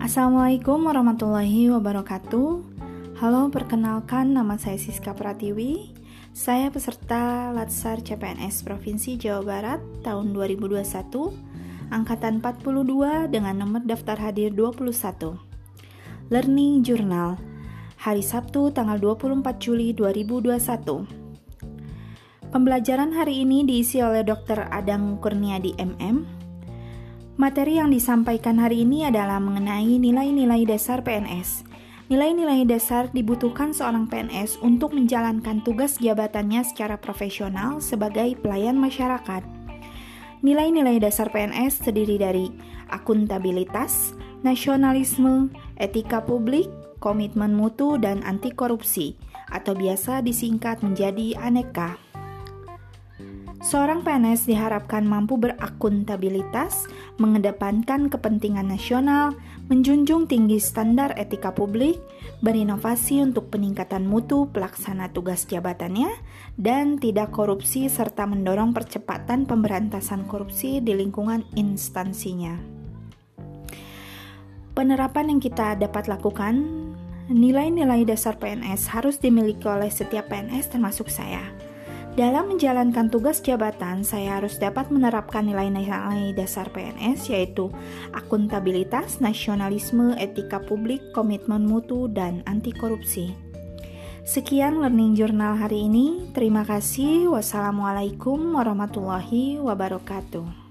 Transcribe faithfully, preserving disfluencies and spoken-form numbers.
Assalamualaikum warahmatullahi wabarakatuh. Halo, perkenalkan nama saya Siska Pratiwi. Saya peserta Latsar C P N S Provinsi Jawa Barat tahun dua ribu dua puluh satu, angkatan empat puluh dua dengan nomor daftar hadir dua puluh satu. Learning Journal, hari Sabtu tanggal dua puluh empat Juli dua ribu dua puluh satu. Pembelajaran hari ini diisi oleh dokter Adang Kurniadi M M. Materi yang disampaikan hari ini adalah mengenai nilai-nilai dasar P N S. Nilai-nilai dasar dibutuhkan seorang P N S untuk menjalankan tugas jabatannya secara profesional sebagai pelayan masyarakat. Nilai-nilai dasar P N S terdiri dari akuntabilitas, nasionalisme, etika publik, komitmen mutu, dan anti korupsi, atau biasa disingkat menjadi ANEKA. Seorang P N S diharapkan mampu berakuntabilitas, mengedepankan kepentingan nasional, menjunjung tinggi standar etika publik, berinovasi untuk peningkatan mutu pelaksana tugas jabatannya, dan tidak korupsi serta mendorong percepatan pemberantasan korupsi di lingkungan instansinya. Penerapan yang kita dapat lakukan, nilai-nilai dasar P N S harus dimiliki oleh setiap P N S termasuk saya. Dalam menjalankan tugas jabatan, saya harus dapat menerapkan nilai-nilai dasar P N S, yaitu akuntabilitas, nasionalisme, etika publik, komitmen mutu, dan anti korupsi. Sekian Learning Journal hari ini. Terima kasih. Wassalamualaikum warahmatullahi wabarakatuh.